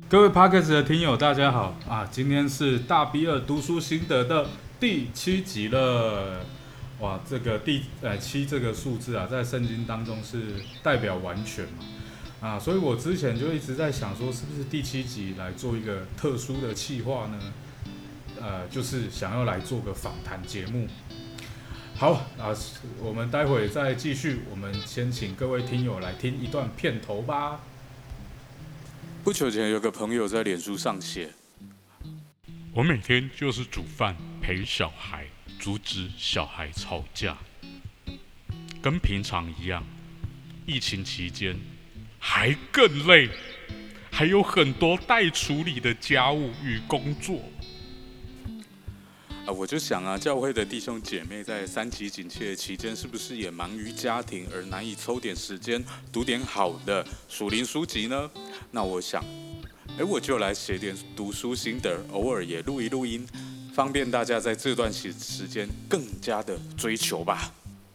各位 Podcast 的听友，大家好啊！今天是大 B 二读书心得的第7集了。哇，这个七这个数字啊，在圣经当中是代表完全嘛啊，所以我之前就一直在想说，是不是第7集来做一个特殊的企划呢？就是想要来做个访谈节目。好啊，我们待会再继续，我们先请各位听友来听一段片头吧。 不久前有个朋友在脸书上写： 我每天就是煮饭陪小孩，阻止小孩吵架，跟平常一样。疫情期间还更累，还有很多待处理的家务与工作。 我就想啊，教会的弟兄姐妹在3级警戒期间，是不是也忙于家庭而难以抽点时间读点好的属灵书籍呢？那我想，我就来写点读书心得，偶尔也录一录音，方便大家在这段时间更加的追求吧。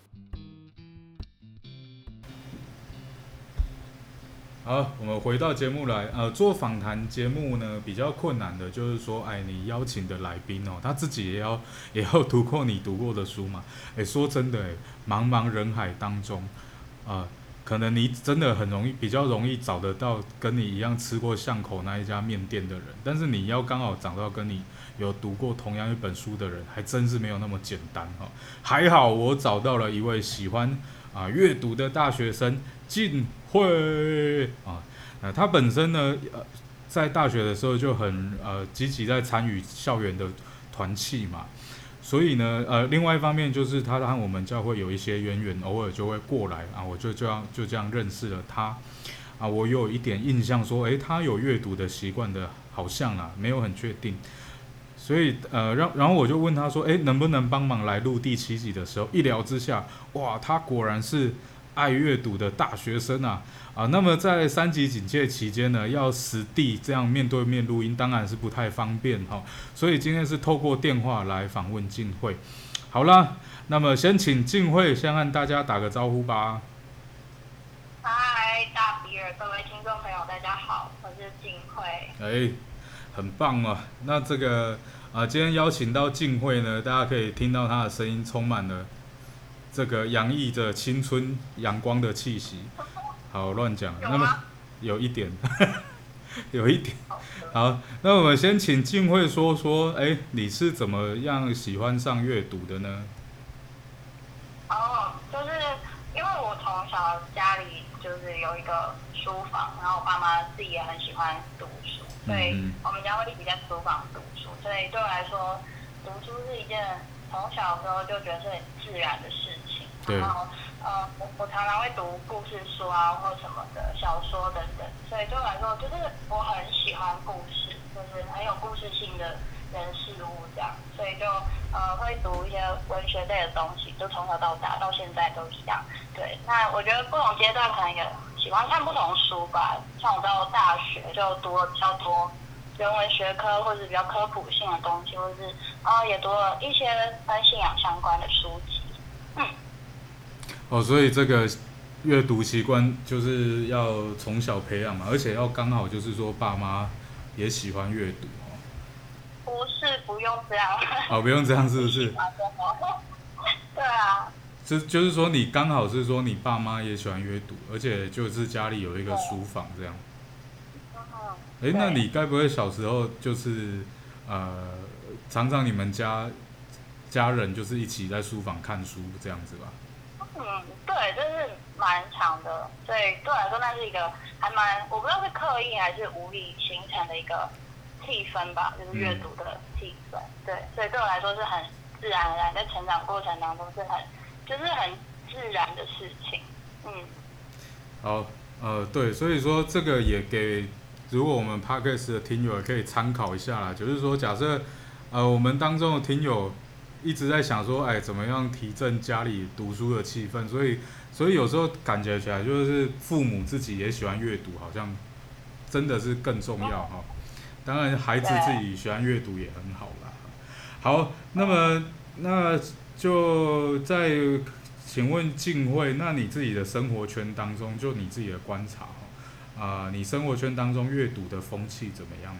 好，我们回到节目来。做访谈节目呢，比较困难的就是说，你邀请的来宾哦，他自己也要读过你读过的书嘛。说真的，茫茫人海当中，可能你真的比较容易找得到跟你一样吃过巷口那一家面店的人，但是你要刚好找到跟你有读过同样一本书的人，还真是没有那么简单哈。还好我找到了一位喜欢阅读的大学生晋慧他本身呢在大学的时候就很积极在参与校园的团契嘛。所以呢，另外一方面就是他和我们教会有一些渊源，偶尔就会过来啊，我就这样认识了他啊。我有一点印象说，他有阅读的习惯的，好像啦，没有很确定。所以然后我就问他说，能不能帮忙来录第7集的时候，一聊之下，哇，他果然是爱阅读的大学生啊。那么在3级警戒期间呢，要实地这样面对面录音，当然是不太方便哈。所以今天是透过电话来访问晋慧。好啦，那么先请晋慧先和大家打个招呼吧。 嗨，大比尔，各位听众朋友，大家好，我是晋慧。 很棒啊！那这个今天邀请到晋慧呢，大家可以听到她的声音充满了这个洋溢着青春阳光的气息。好，乱讲，那么有一点，有一点。好，那我们先请晋慧说说，你是怎么样喜欢上阅读的呢？ 就是因为我从小家里就是有一个书房，然后我爸妈自己也很喜欢读书，所以我们家会一起在书房读书，所以对我来说，读书是一件从小的时候就觉得是很自然的事情。 对。 然后我常常会读故事书啊，或什么的小说等等，所以对我来说，就是我很喜欢故事，就是很有故事性的人事物这样，所以就会读一些文学类的东西，就从小到大到现在都一样。对，那我觉得不同阶段可能也喜欢看不同书吧，像我到大学就读了比较多人文学科或者比较科普性的东西，或者是也读了一些跟信仰相关的书籍。 所以这个阅读习惯就是要从小培养嘛，而且要刚好就是说爸妈也喜欢阅读不用这样。 不用这样是不是？ 对啊。 就是说你刚好是说你爸妈也喜欢阅读，而且就是家里有一个书房这样。那你该不会小时候就是常常你们家人就是一起在书房看书这样子吧？ 对，就是蛮长的，所以对我来说那是一个还蛮，我不知道是刻意还是无意形成的一个气氛吧，就是阅读的气氛。对，所以对我来说是很自然而然，在成长过程当中是很自然的事情。 好，对，所以说这个也给如果我们 Podcast 的听友也可以参考一下啦，就是说假设我们当中的听友一直在想说，怎么样提振家里读书的气氛？所以有时候感觉起来就是父母自己也喜欢阅读，好像真的是更重要哈。当然，孩子自己喜欢阅读也很好啦。好，那就再请问晋慧，那你自己的生活圈当中，就你自己的观察你生活圈当中阅读的风气怎么样呢？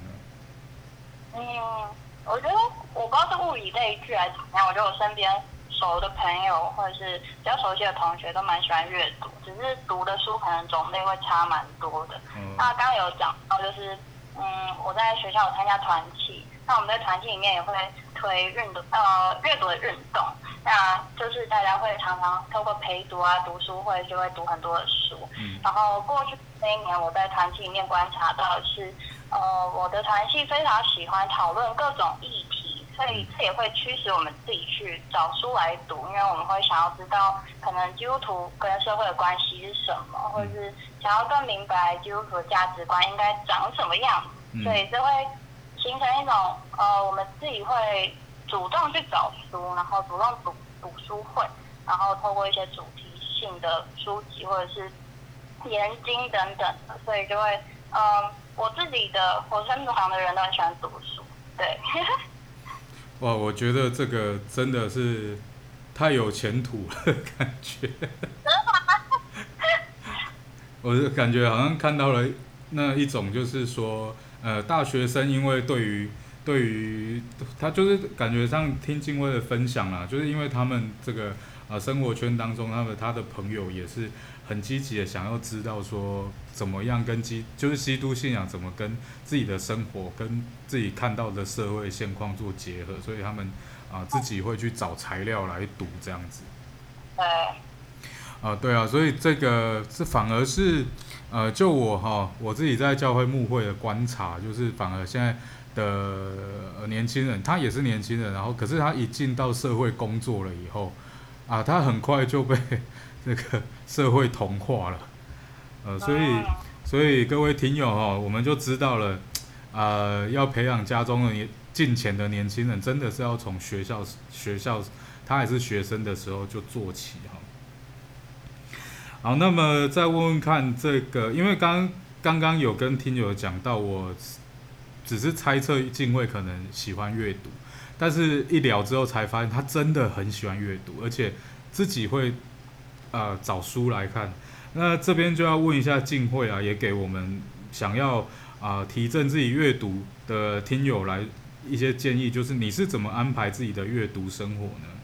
我觉得我不知道是物以类聚还是怎么样，我觉得我身边熟的朋友或者是比较熟悉的同学都蛮喜欢阅读，只是读的书可能种类会差蛮多的。那刚刚有讲到就是，我在学校有参加团契，那我们在团契里面也会推阅读的运动，那就是大家会常常透过陪读啊、读书会就会读很多的书。然后过去那一年我在团契里面观察到的是，我的团系非常喜欢讨论各种议题，所以这也会驱使我们自己去找书来读，因为我们会想要知道可能基督徒跟社会的关系是什么，或者是想要更明白基督徒的价值观应该长什么样子，所以这会形成一种我们自己会主动去找书，然后主动读书会，然后透过一些主题性的书籍或者是研经等等的，所以就会我自己的我身旁的人都很喜欢读书，对。 哇，我觉得这个真的是太有前途了，感觉。我就感觉好像看到了那一种，就是说，大学生因为对于他就是感觉上听静薇的分享啦，就是因为他们这个生活圈当中，他的朋友也是很积极的想要知道说怎么样跟就是基督信仰怎么跟自己的生活跟自己看到的社会现况做结合，所以他们自己会去找材料来读这样子。对啊，所以这反而是就我自己在教会牧会的观察，就是反而现在的年轻人，他也是年轻人，然后可是他一进到社会工作了以后，他很快就被这个社会同化了，所以各位听友我们就知道了，要培养家中的近前的年轻人，真的是要从学校他还是学生的时候就做起好，那么再问问看这个，因为刚刚有跟听友讲到，我只是猜测静慧可能喜欢阅读，但是一聊之后才发现他真的很喜欢阅读，而且自己会找书来看。那这边就要问一下静慧也给我们想要提振自己阅读的听友来一些建议，就是你是怎么安排自己的阅读生活呢？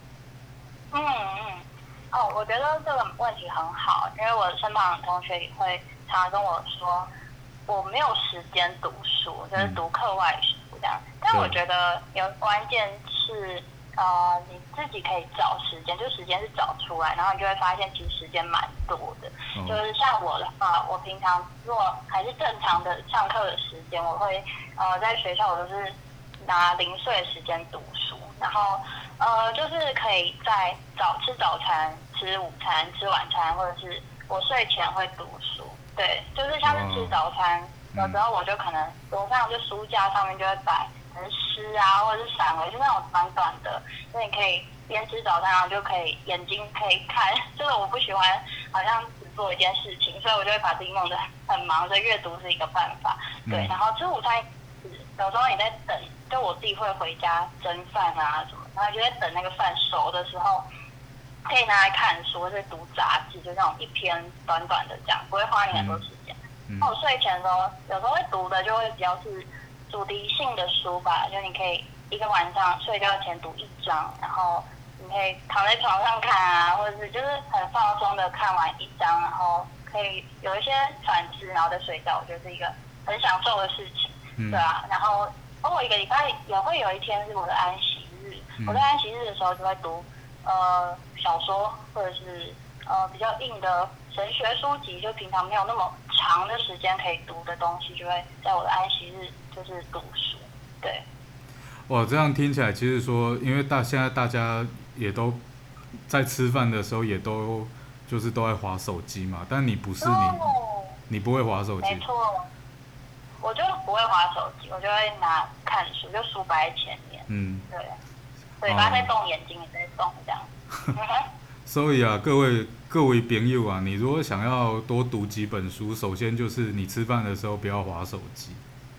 我觉得这个问题很好，因为我身旁的同学也会常常跟我说，我没有时间读书，就是读课外书这样。但我觉得有关键是，你自己可以找时间，就时间是找出来，然后你就会发现其实时间蛮多的。就是像我的话，我平常如果还是正常的上课的时间，我会在学校我都是拿零碎的时间读书，然后就是可以在吃早餐、吃午餐、吃晚餐，或者是我睡前会读书。对，就是像是吃早餐，有时候我就可能桌上就书架上面就会摆可能诗或者是散文，就那种短短的，所以你可以边吃早餐，然后就可以眼睛可以看。就是我不喜欢好像只做一件事情，所以我就会把自己弄得很忙，所以阅读是一个办法。对，然后吃午餐，有时候你在等，就我自己会回家蒸饭什么，然后就在等那个饭熟的时候，可以拿来看书，或是读杂志，就那种一篇短短的这样，不会花你很多时间。那我睡前的时候，有时候会读的就会比较是主题性的书吧，就你可以一个晚上睡觉前读一章，然后你可以躺在床上看或者是就是很放松的看完一章，然后可以有一些反思，然后再睡觉，我觉得是一个很享受的事情。对啊，然后我一个礼拜也会有一天是我的安息日，我在安息日的时候就会读小说或者是比较硬的神学书籍，就平常没有那么长的时间可以读的东西，就会在我的安息日就是读书。对。 哇，这样听起来，其实说，因为现在大家也都在吃饭的时候也都就是都在滑手机嘛，但你不是你不会滑手机。 没错。我就不会滑手机，我就会拿看书，就书摆在前面。对，嘴巴在动，眼睛也在动，这样。 所以各位朋友你如果想要多读几本书，首先就是你吃饭的时候不要滑手机。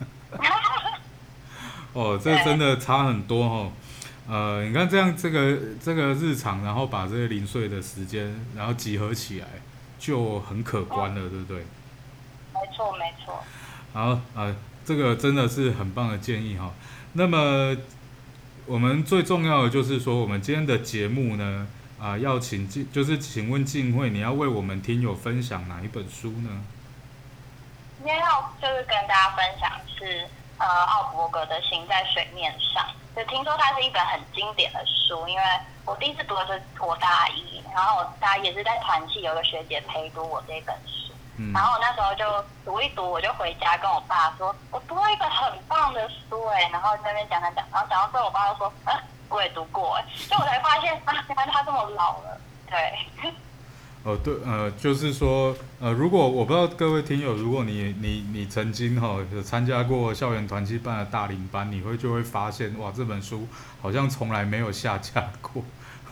这真的差很多你看这样这个日常，然后把这些零碎的时间，然后集合起来，就很可观了，对不对？ 没错。 错没错。 好这个真的是很棒的建议哈。那么我们最重要的就是说，我们今天的节目呢，要请问静慧，你要为我们听友分享哪一本书呢？ 今天要就是跟大家分享是奥伯格的《行在水面上》，就听说它是一本很经典的书，因为我第一次读的是我大一，然后我大一也是在团契有个学姐陪读我这本书，然后我那时候就读一读，我就回家跟我爸说，我读了一本很棒的书然后在那边讲，然后讲到最后，我爸就说，我也读过就我才发现原来他这么老了，对。 对，就是说，如果我不知道各位听友，如果你曾经有参加过校园团契办的大龄班，你就会发现，哇，这本书好像从来没有下架过。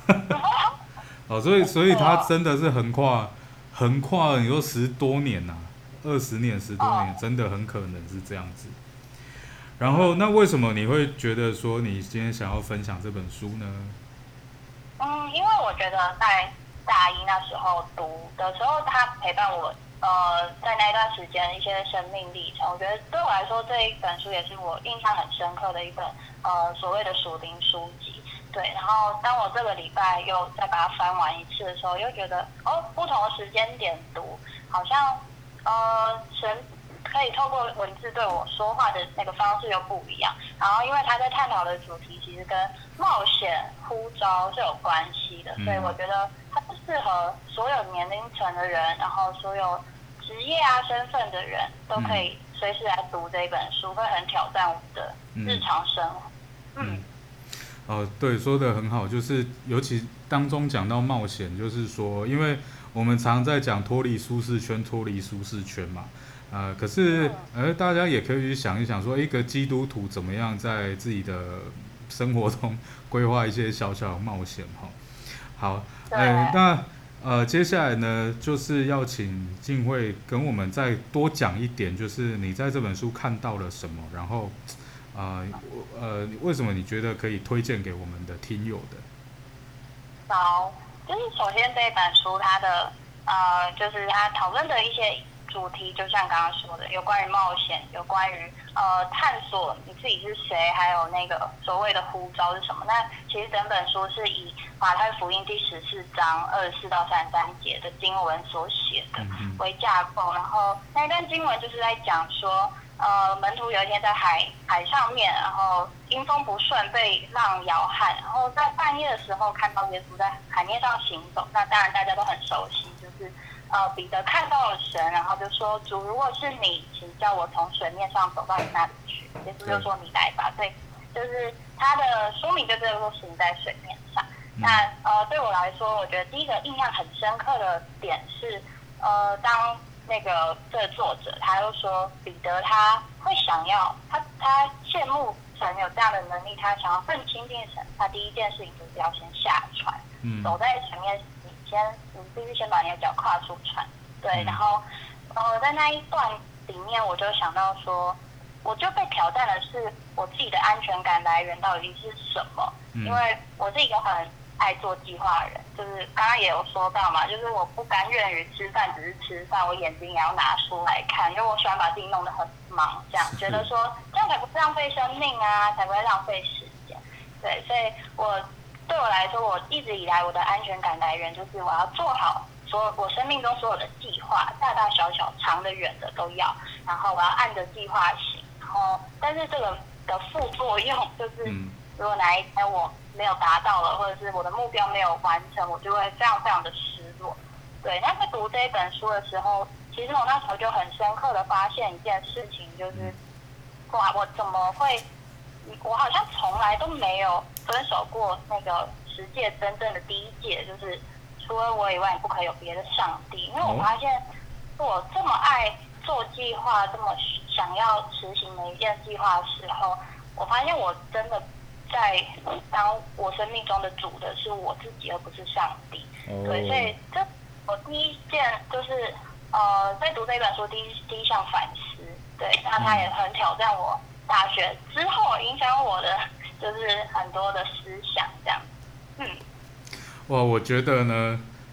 所以它真的是横跨了你说10多年呐，20年10多年，真的很可能是这样子。然后，那为什么你会觉得说你今天想要分享这本书呢？ 因为我觉得在大一那时候读的时候，他陪伴我，在那一段时间一些生命历程。我觉得对我来说，这一本书也是我印象很深刻的一本，所谓的属灵书籍。对，然后当我这个礼拜又再把它翻完一次的时候，又觉得不同的时间点读，好像神可以透过文字对我说话的那个方式又不一样。然后因为他在探讨的主题其实跟冒险呼召是有关系的，所以我觉得它是适合所有年龄层的人，然后所有职业身份的人都可以随时来读这一本书，会很挑战我们的日常生活。 对，说得很好，就是尤其当中讲到冒险，就是说，因为我们常在讲脱离舒适圈嘛，可是大家也可以去想一想，说一个基督徒怎么样在自己的生活中规划一些小小的冒险好，那接下来呢，就是要请静慧跟我们再多讲一点，就是你在这本书看到了什么，然后为什么你觉得可以推荐给我们的听友的？ 好，就是首先这本书它的就是它讨论的一些主题，就像刚刚说的，有关于冒险，有关于探索你自己是谁，还有那个所谓的呼召是什么。那其实整本书是以马太福音第14章24到33节的经文所写的为架构，然后那一段经文就是在讲说，门徒有一天在海上面，然后因风不顺被浪摇撼，然后在半夜的时候看到耶稣在海面上行走。那当然大家都很熟悉，就是彼得看到了神，然后就说，主，如果是你，请叫我从水面上走到你那里去。耶稣就说，你来吧。所以就是他的说明就叫做行在水面上。那对我来说，我觉得第一个印象很深刻的点是，当那个这个作者他又说，彼得他会想要他羡慕神有这样的能力，他想要更亲近神，他第一件事情就是要先下船，走在前面，你必须先把你的脚跨出船，对，然后在那一段里面，我就想到说，我就被挑战的是我自己的安全感来源到底是什么，因为我是一个很爱做计划的人，就是刚刚也有说到嘛，就是我不甘愿于吃饭只是吃饭，我眼睛也要拿书来看，因为我喜欢把自己弄得很忙，这样觉得说这样才不浪费生命才不会浪费时间。对，所以对我来说，我一直以来我的安全感来源就是我要做好我生命中所有的计划，大大小小、长的、远的都要，然后我要按着计划行，然后但是这个的副作用就是，如果哪一天我没有达到了，或者是我的目标没有完成，我就会非常非常的失落。对，那在读这一本书的时候，其实我那时候就很深刻的发现一件事情，就是哇，我怎么会？我好像从来都没有遵守过那个10诫真正的第一诫，就是除了我以外，你不可以有别的上帝。因为我发现我这么爱做计划，这么想要实行每一件计划的时候，我发现我真的在当我生命中的主的是我自己，而不是上帝。对，所以这我第一件就是在读这本书第一项反思。对，那它也很挑战我。大学之后影响我的就是很多的思想这样。 哇，我觉得呢，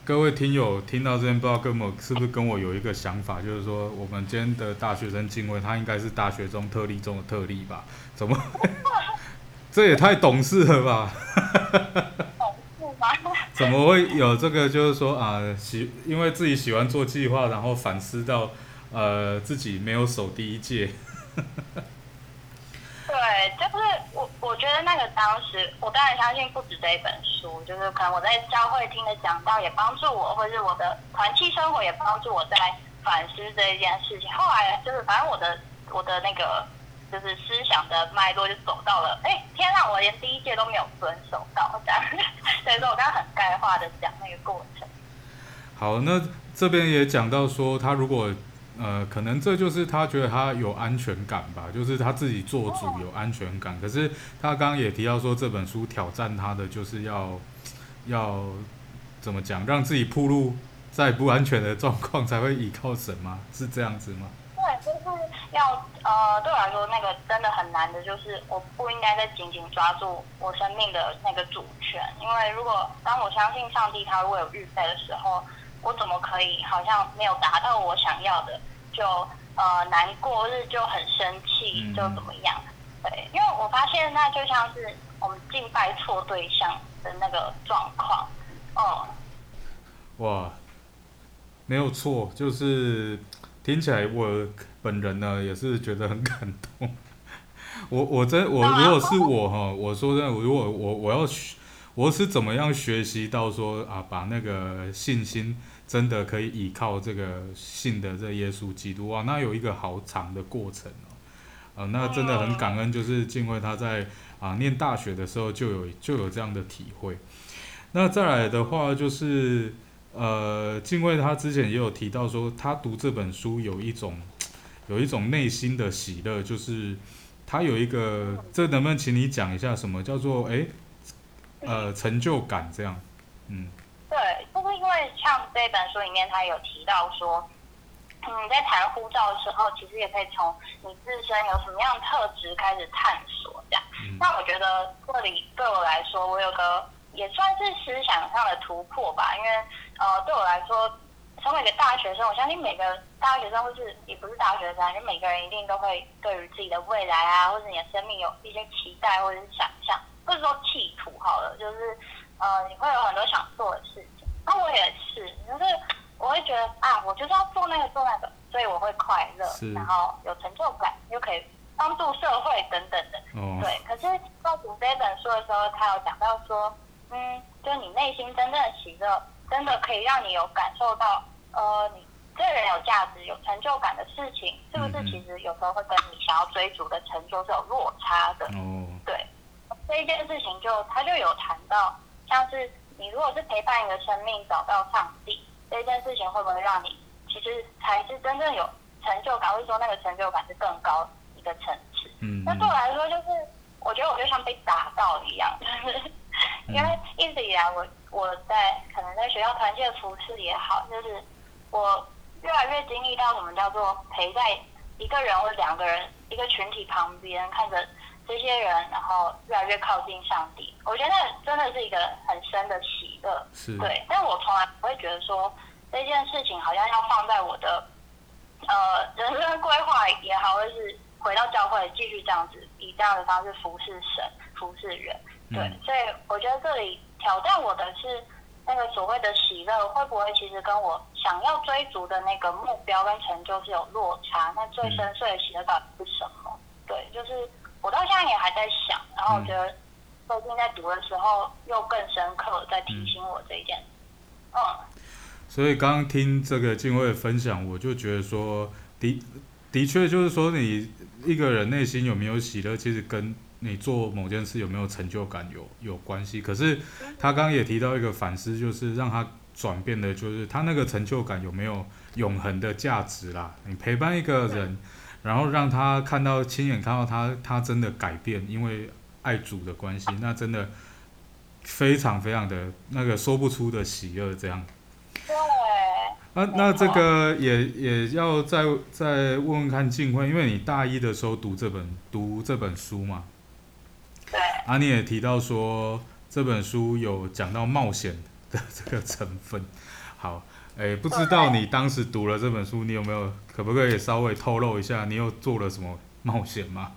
各位听友听到这边，不知道是不是跟我有一个想法，就是说我们今天的大学生敬畏，他应该是大学中特例中的特例吧？怎么？这也太懂事了吧？ 懂事吗？ 怎么会有这个？就是说因为自己喜欢做计划，然后反思到自己没有守第一届。 对，就是我觉得那个当时，我当然相信不止这一本书，就是可能我在教会听的讲道也帮助我，或是我的团契生活也帮助我在反思这一件事情。后来就是反正我的那个就是思想的脉络就走到了，天啊，我连第一届都没有遵守到这样，所以说我刚刚很概括的讲那个过程。 好，那这边也讲到说，他如果可能这就是他觉得他有安全感吧，就是他自己做主有安全感。可是他刚刚也提到说，这本书挑战他的就是要怎么讲，让自己暴露在不安全的状况才会依靠神吗？是这样子吗？ 对，就是要对我来说，那个真的很难的，就是我不应该再紧紧抓住我生命的那个主权，因为如果当我相信上帝他为我预备的时候，我怎么可以好像没有达到我想要的，就难过日就很生气，就怎么样？对，因为我发现那就像是我们敬拜错对象的那个状况， 哇，没有错，就是听起来我本人呢也是觉得很感动。我如果是我哈，我说真的，如果我是怎么样学习到说把那个信心真的可以依靠这个信的这耶稣基督那有一个好长的过程那真的很感恩，就是敬畏他在念大学的时候就有这样的体会。那再来的话就是敬畏他之前也有提到说，他读这本书有一种内心的喜乐，就是他有一个，这能不能请你讲一下什么叫做成就感这样？ 对，就是因为像这本书里面，他有提到说，在谈呼召的时候，其实也可以从你自身有什么样的特质开始探索这样。那我觉得这里对我来说，我有个也算是思想上的突破吧，因为对我来说，身为一个大学生，我相信每个大学生或是也不是大学生，就每个人一定都会对于自己的未来啊，或者你的生命有一些期待或者是想象，或者说企图好了，就是你会有很多想做的事情。那我也是，就是我会觉得我就是要做那个，所以我会快乐，然后有成就感，又可以帮助社会等等的。对。可是在读这本书的时候，他有讲到说，就是你内心真正的喜乐，真的可以让你有感受到，你这个人有价值、有成就感的事情，是不是其实有时候会跟你想要追逐的成就是有落差的？对。这一件事情他就有谈到，像是你如果是陪伴一个生命找到上帝，这一件事情会不会让你其实才是真正有成就感，或者说那个成就感是更高一个层次？那对我来说，就是我觉得我就像被打到一样，就是因为一直以来我可能在学校团契的服事也好，就是我越来越经历到什么叫做陪在一个人或两个人一个群体旁边，看着这些人，然后越来越靠近上帝。我觉得真的是一个很深的喜乐，对。但我从来不会觉得说这件事情好像要放在我的人生规划也好，或是回到教会继续这样子以这样的方式服侍神、服侍人，对。所以我觉得这里挑战我的是那个所谓的喜乐，会不会其实跟我想要追逐的那个目标跟成就是有落差？那最深邃的喜乐到底是什么？对，就是我到现在也还在想，然后我觉得最近在读的时候又更深刻在提醒我这一件。 所以刚刚听这个敬畏的分享，我就觉得说的确就是说你一个人内心有没有喜乐，其实跟你做某件事有没有成就感有关系。可是他刚刚也提到一个反思，就是让他转变的，就是他那个成就感有没有永恒的价值啦。你陪伴一个人，然后让他亲眼看到他真的改变，因为爱主的关系，那真的非常非常的那个说不出的喜乐这样。 对。 那这个也要再问问看敬慧，因为你大一的时候读这本书嘛。 对。 你也提到说这本书有讲到冒险的这个成分。 好，不知道你当时读了这本书，你有没有可不可以稍微透露一下，你又做了什么冒险吗？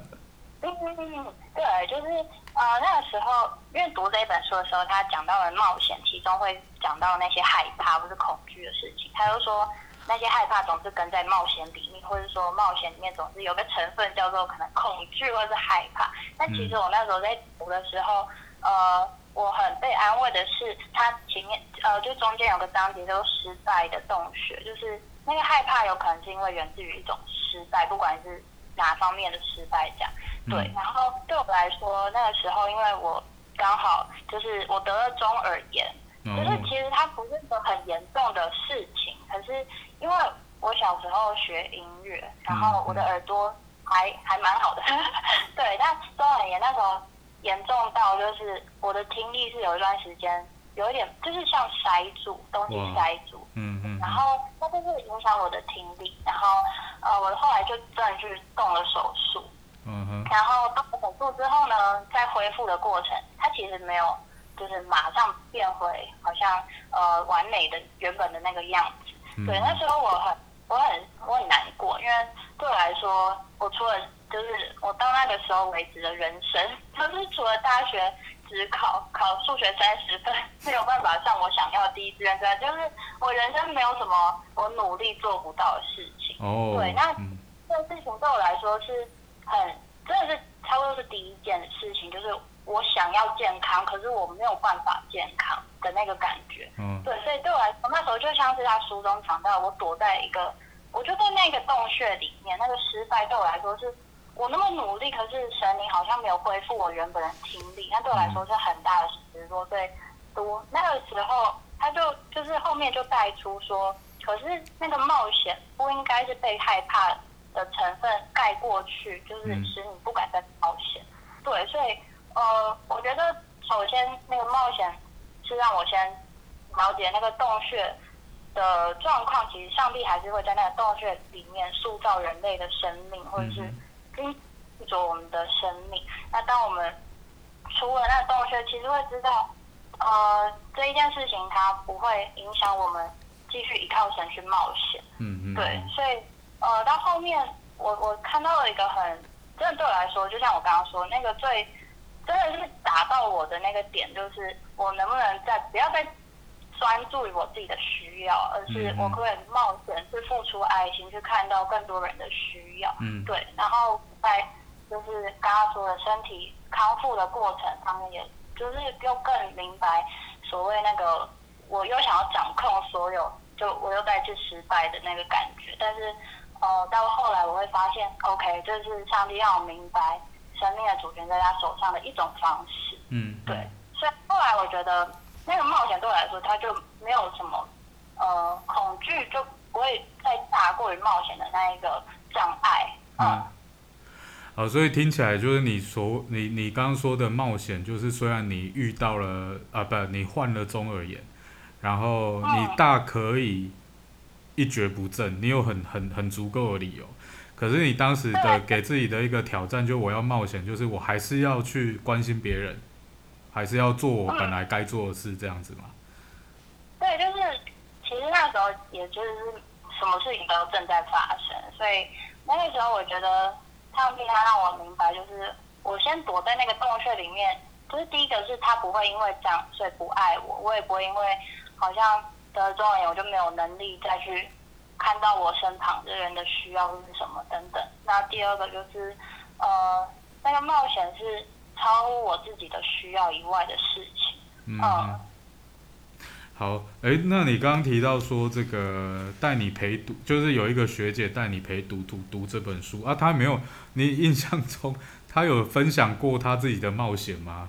对，就是那个时候，因为读这一本书的时候，他讲到了冒险，其中会讲到那些害怕或是恐惧的事情。他就说那些害怕总是跟在冒险里面，或者说冒险里面总是有个成分叫做可能恐惧或是害怕。但其实我那时候在读的时候，我很被安慰的是，它前面就中间有个章节叫做失败的洞穴，就是那个害怕有可能是因为源自于一种失败，不管是哪方面的失败这样。对，然后对我来说，那个时候因为我刚好就是我得了中耳炎，就是其实它不是一个很严重的事情，可是因为我小时候学音乐，然后我的耳朵还蛮好的，对，但中耳炎那时候严重到就是我的听力是有一段时间有一点就是像塞住，东西塞住，然后它就是影响我的听力，然后我后来就真的去动了手术。然后动了手术之后呢，在恢复的过程，它其实没有就是马上变回好像完美的原本的那个样子。对，那时候我很难过，因为对我来说，我除了就是我到那个时候为止的人生，就是除了大学只考数学30分没有办法上我想要的第一志愿之外，就是我人生没有什么我努力做不到的事情。对，那这个事情对我来说是真的是差不多是第一件事情，就是我想要健康，可是我没有办法健康的那个感觉。对，所以对我来说，那时候就像是他书中讲到，我躲在一个，我就在那个洞穴里面，那个失败对我来说是，我那么努力，可是神灵好像没有恢复我原本的听力，那对我来说是很大的失落。所以读那个时候，他就是后面就带出说，可是那个冒险不应该是被害怕的成分盖过去，就是使你不敢再冒险。对，所以我觉得首先那个冒险是让我先了解那个洞穴的状况，其实上帝还是会在那个洞穴里面塑造人类的生命，或者是跟着我们的生命。那当我们出了那个洞穴，其实会知道这一件事情它不会影响我们继续依靠神去冒险。对，所以到后面我看到了一个真的对我来说，就像我刚刚说，那个真的是打到我的那个点，就是我能不能不要再专注于我自己的需要，而是我可不可以冒险去付出爱心，去看到更多人的需要。对，然后在就是刚刚说的身体康复的过程上面，也就是又更明白所谓那个我又想要掌控所有，就我又再次失败的那个感觉。但是到后来我会发现 ，OK， 这是上帝让我明白生命的主权在他手上的一种方式。对，所以后来我觉得那个冒险对我来说，它就没有什么恐惧，就不会再大过于冒险的那一个障碍。 好，所以听起来就是你刚刚说的冒险，就是虽然你遇到了你患了中耳炎，然后你大可以一蹶不振，你有很足够的理由。可是你当时的给自己的一个挑战，就我要冒险，就是我还是要去关心别人，还是要做我本来该做的事，这样子嘛？ 对，就是其实那时候也就是什么事情都正在发生，所以那个时候我觉得上帝他让我明白，就是我先躲在那个洞穴里面，就是第一个是他不会因为这样所以不爱我，我也不会因为好像得中耳炎我就没有能力再去看到我身旁的人的需要是什么等等。那第二个就是那个冒险是超乎我自己的需要以外的事情。 好，那你刚刚提到说这个带你陪读，就是有一个学姐带你陪读这本书啊，她没有，你印象中她有分享过她自己的冒险吗？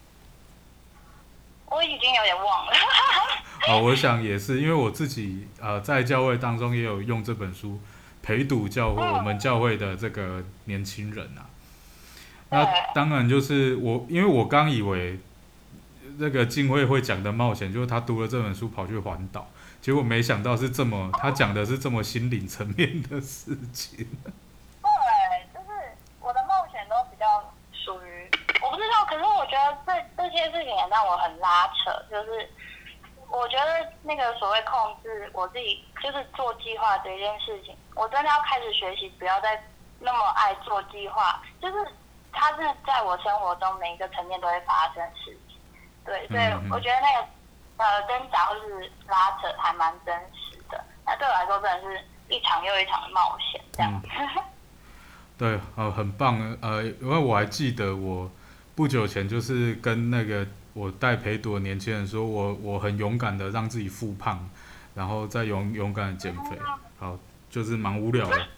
我已经有点忘了。 我想也是，因为我自己在教会当中也有用这本书陪读我们教会的这个年轻人啊。那当然就是因为我刚以为那个浸会讲的冒险，就是他读了这本书跑去环岛，结果没想到是他讲的是这么心灵层面的事情。 对，就是我的冒险都比较属于我不知道，可是我觉得这些事情也让我很拉扯，就是我觉得那个所谓控制我自己，就是做计划这件事情，我真的要开始学习，不要再那么爱做计划。就是它是在我生活中每一个层面都会发生的事情，对，所以我觉得那个挣扎或是拉扯还蛮真实的。那对我来说，真的是一场又一场的冒险，这样。 对，很棒。因为我还记得我不久前就是跟那个我带陪读的年轻人说，我很勇敢的让自己复胖，然后再勇敢的减肥。好，就是蛮无聊的，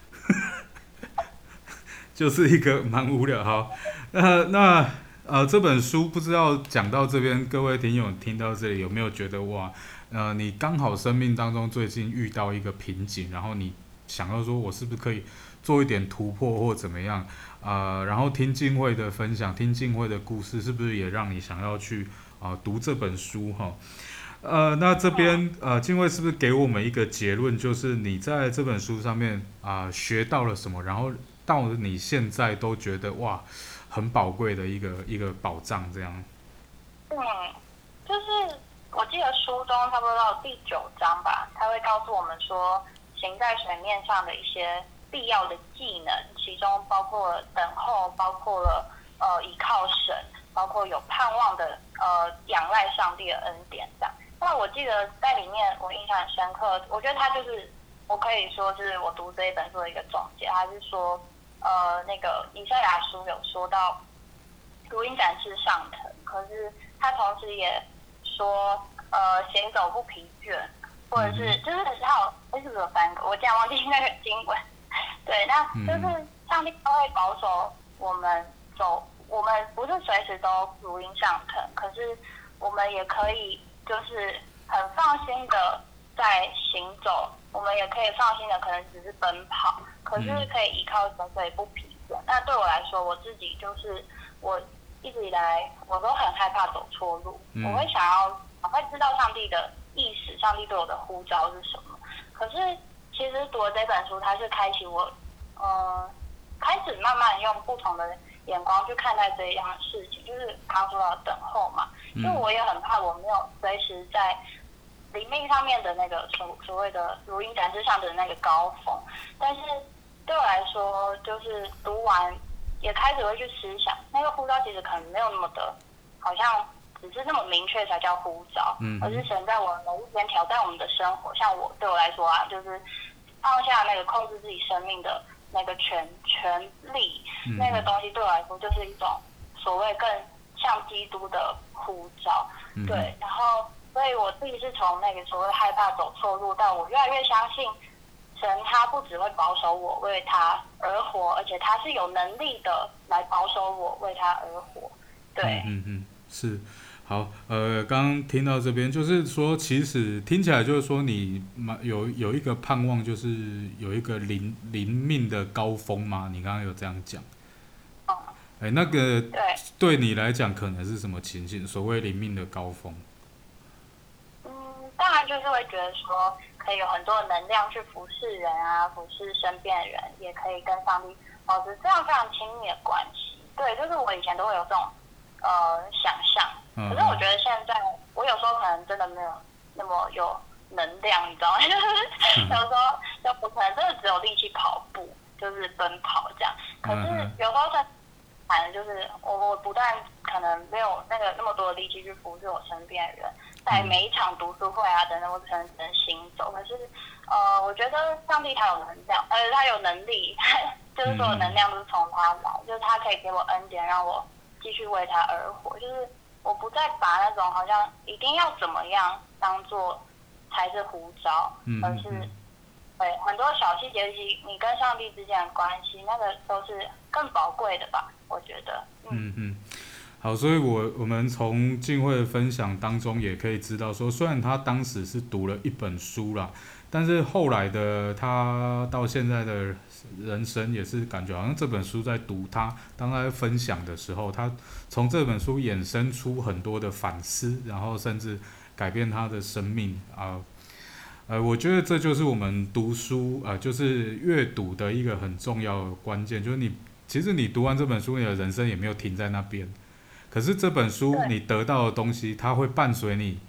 就是一个蛮无聊。好，这本书不知道讲到这边，各位听友听到这里有没有觉得哇，你刚好生命当中最近遇到一个瓶颈，然后你想要说我是不是可以做一点突破或怎么样？然后听静慧的分享，听静慧的故事，是不是也让你想要去读这本书哈？那这边静慧是不是给我们一个结论，就是你在这本书上面学到了什么，然后到你现在都觉得哇很宝贵的一个宝藏这样？ 就是我记得书中差不多到第9章吧，他会告诉我们说，行在水面上的一些必要的技能，其中包括了等候，包括了倚靠神，包括有盼望的仰赖上帝的恩典这样。那我记得在里面我印象很深刻，我觉得它就是我可以说是我读这一本书的一个总结。它是说那个以赛亚书有说到如鹰展翅上腾，可是他同时也说行走不疲倦，或者是就是还有是不是有3个？我竟然忘记那个经文。对，那就是上帝都会保守我们走，我们不是随时都如鹰上腾，可是我们也可以就是很放心的在行走，我们也可以放心的可能只是奔跑，可是可以依靠神，所以不疲倦。那对我来说，我自己就是我一直以来我都很害怕走错路，我会想要赶快知道上帝的意识，上帝对我的呼召是什么。可是其实读了这本书，它是开启我开始慢慢用不同的眼光去看待这一样的事情，就是刚说到等候嘛，因为我也很怕我没有随时在灵命上面的那个所谓的如鹰展翅上的那个高峰，但是对我来说，就是读完也开始会去思想，那个呼召其实可能没有那么的，好像只是那么明确才叫呼召，而是神在我们某一天挑战我们的生活。像对我来说啊，就是放下那个控制自己生命的那个权利，那个东西对我来说就是一种所谓更像基督的呼召，对。然后，所以我自己是从那个所谓害怕走错路，到我越来越相信神，他不只会保守我为他而活，而且他是有能力的来保守我为他而活，对。 是。好，刚刚听到这边，就是说，其实听起来就是说，你有一个盼望，就是有一个灵命的高峰嘛？你刚刚有这样讲。那个对你来讲，可能是什么情形？所谓灵命的高峰？ 当然就是会觉得说，可以有很多的能量去服侍人啊，服侍身边的人，也可以跟上帝保持这样非常亲密的关系。对，就是我以前都会有这种想象。可是我觉得现在，我有时候可能真的没有那么有能量，你知道吗？就是有时候就不可能真的只有力气跑步，就是奔跑这样。可是有时候反正就是我不但可能没有那么多的力气去服侍我身边的人，在每一场读书会啊等等，我可能只能行走。可是我觉得上帝他有能量，他有能力，就是所有能量都是从他来，就是他可以给我恩典，让我继续为他而活，就是我不再把那种好像一定要怎么样当做才是呼召，而是对很多小细节，你跟上帝之间的关系，那个都是更宝贵的吧？我觉得。 好，所以我们从静慧的分享当中也可以知道说，虽然他当时是读了一本书啦，但是后来的他到现在的人生也是感觉好像这本书在读他，当他在分享的时候，他从这本书衍生出很多的反思，然后甚至改变他的生命我觉得这就是我们读书就是阅读的一个很重要的关键，就是其实你读完这本书，你的人生也没有停在那边，可是这本书你得到的东西，它会伴随你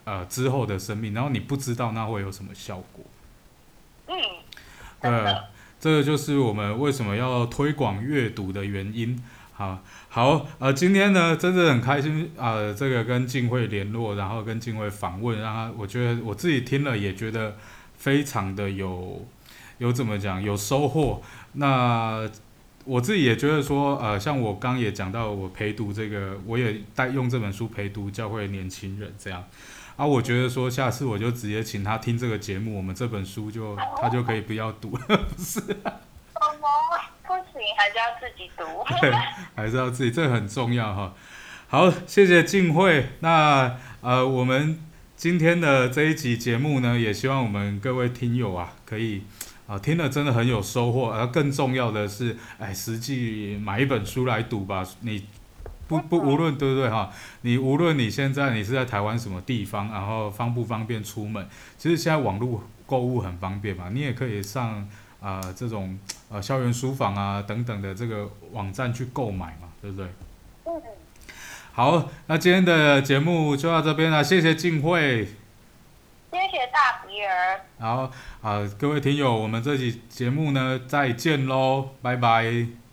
之后的生命，然后你不知道那会有什么效果。 嗯， 对， 真的， 这个就是我们为什么要推广阅读的原因。好，今天呢，真的很开心这个跟静慧联络，然后跟静慧访问，让他，我觉得我自己听了也觉得非常的有怎么讲，有收获。那我自己也觉得说，像我刚也讲到，我陪读这个，我也用这本书陪读教会年轻人这样。我觉得说下次我就直接请他听这个节目，我们这本书他就可以不要读了，不是？ 不行，还是要自己读。 对，还是要自己，这很重要哈。好，谢谢静慧。那我们今天的这一集节目呢，也希望我们各位听友可以听了真的很有收获，而更重要的是，实际买一本书来读吧。你无论对不对哈？你无论你现在是在台湾什么地方，然后方不方便出门，其实现在网络购物很方便嘛，你也可以上这种校园书房等等的这个网站去购买嘛，对不对？好，那今天的节目就到这边了，谢谢静慧， 谢谢大比尔。 好，各位听友，我们这期节目呢再见喽，拜拜。